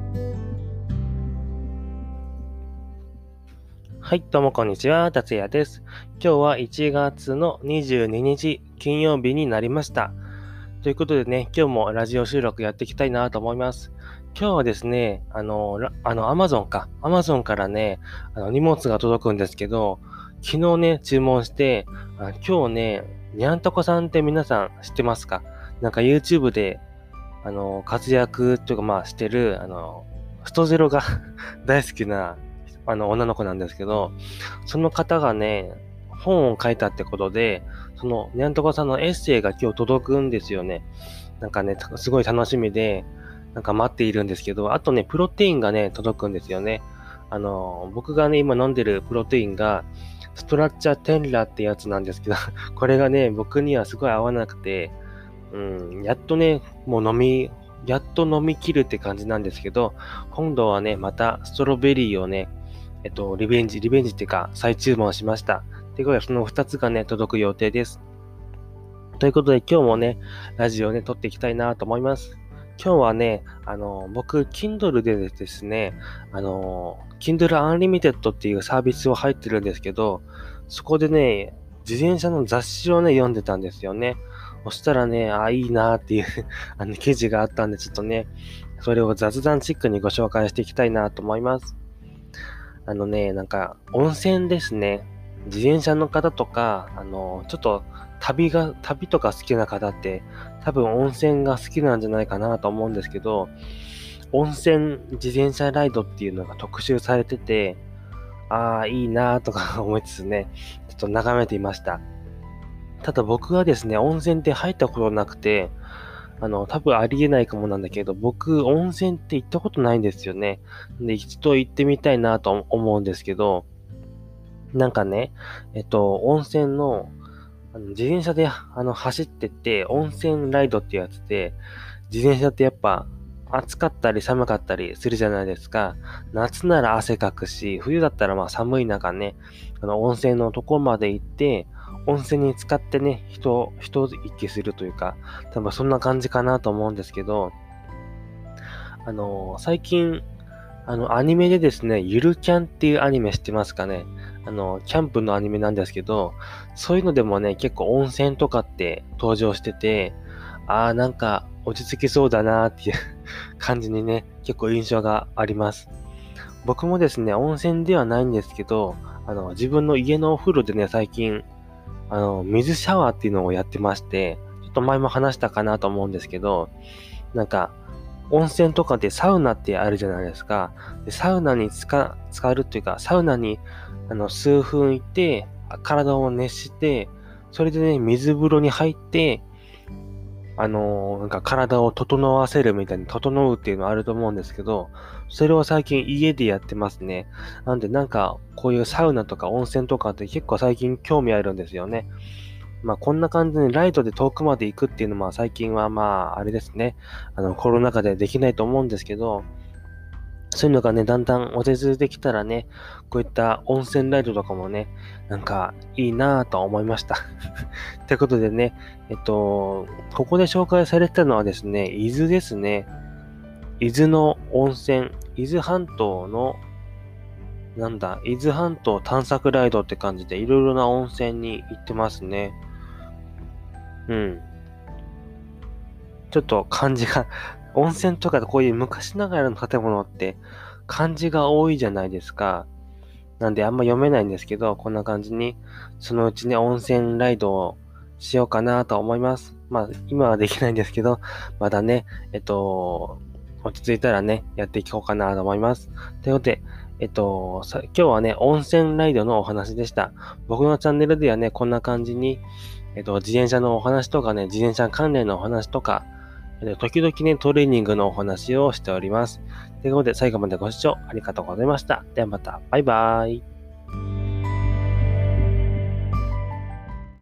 はい、どうもこんにちは、達也です。今日は1月の22日、金曜日になりました。ということでね、今日もラジオ収録やっていきたいなと思います。今日はですね、Amazon からね、荷物が届くんですけど、昨日ね、注文して、今日ね、にゃんとこさんって皆さん知ってますか？なんか YouTube で、活躍というかしてる、ストゼロが大好きな、女の子なんですけど、その方がね、本を書いたってことで、その、にゃんとこさんのエッセイが今日届くんですよね。なんかね、すごい楽しみで、なんか待っているんですけど、あとね、プロテインがね、届くんですよね。僕がね、今飲んでるプロテインが、ストラッチャーテンラってやつなんですけど、これがね、僕にはすごい合わなくて、やっとね、やっと飲み切るって感じなんですけど、今度はね、またストロベリーをね、リベンジっていうか、再注文しました。ということで、その2つがね、届く予定です。ということで、今日もね、ラジオね、撮っていきたいなと思います。今日はね、僕、Kindle でですね、Kindle Unlimited っていうサービスを入ってるんですけど、そこでね、自転車の雑誌をね、読んでたんですよね。そしたらね、いいなっていう記事があったんで、ちょっとね、それを雑談チックにご紹介していきたいなと思います。なんか、温泉ですね。自転車の方とか、ちょっと旅とか好きな方って、多分温泉が好きなんじゃないかなと思うんですけど、温泉自転車ライドっていうのが特集されてて、いいなとか思いつつね、ちょっと眺めていました。ただ僕はですね、温泉って入ったことなくて、多分ありえないかもなんだけど、僕、温泉って行ったことないんですよね。で、一度行ってみたいなと思うんですけど、なんかね、温泉の、自転車で、走ってって、温泉ライドってやつで、自転車ってやっぱ、暑かったり寒かったりするじゃないですか。夏なら汗かくし、冬だったら寒い中ね、温泉のとこまで行って、温泉に浸かってね、一息するというか、多分そんな感じかなと思うんですけど、最近、アニメでですね、ゆるキャンっていうアニメ知ってますかね？キャンプのアニメなんですけど、そういうのでもね、結構温泉とかって登場してて、なんか落ち着きそうだなーっていう感じにね、結構印象があります。僕もですね、温泉ではないんですけど、自分の家のお風呂でね、最近、水シャワーっていうのをやってまして、ちょっと前も話したかなと思うんですけど、なんか、温泉とかでサウナってあるじゃないですか。でサウナに浸かるっていうか、サウナに数分いて、体を熱して、それでね、水風呂に入って、なんか体を整わせるみたいに整うっていうのあると思うんですけど、それを最近家でやってますね。なんでなんか、こういうサウナとか温泉とかって結構最近興味あるんですよね。こんな感じにライトで遠くまで行くっていうのは最近はあれですね。コロナ禍でできないと思うんですけど、そういうのがね、だんだんお手続きできたらね、こういった温泉ライトとかもね、なんかいいなぁと思いました。ということでね、ここで紹介されてたのはですね、伊豆ですね。伊豆の温泉、伊豆半島の、伊豆半島探索ライドって感じでいろいろな温泉に行ってますね。うん。ちょっと漢字が、温泉とかこういう昔ながらの建物って漢字が多いじゃないですか。なんであんま読めないんですけど、こんな感じに、そのうちね、温泉ライドをしようかなと思います。今はできないんですけど、まだね、落ち着いたらね、やっていこうかなと思います。ということで、今日はね、温泉ライドのお話でした。僕のチャンネルではね、こんな感じに、自転車のお話とかね、自転車関連のお話とか、時々ね、トレーニングのお話をしております。ということで、最後までご視聴ありがとうございました。ではまた、バイバーイ。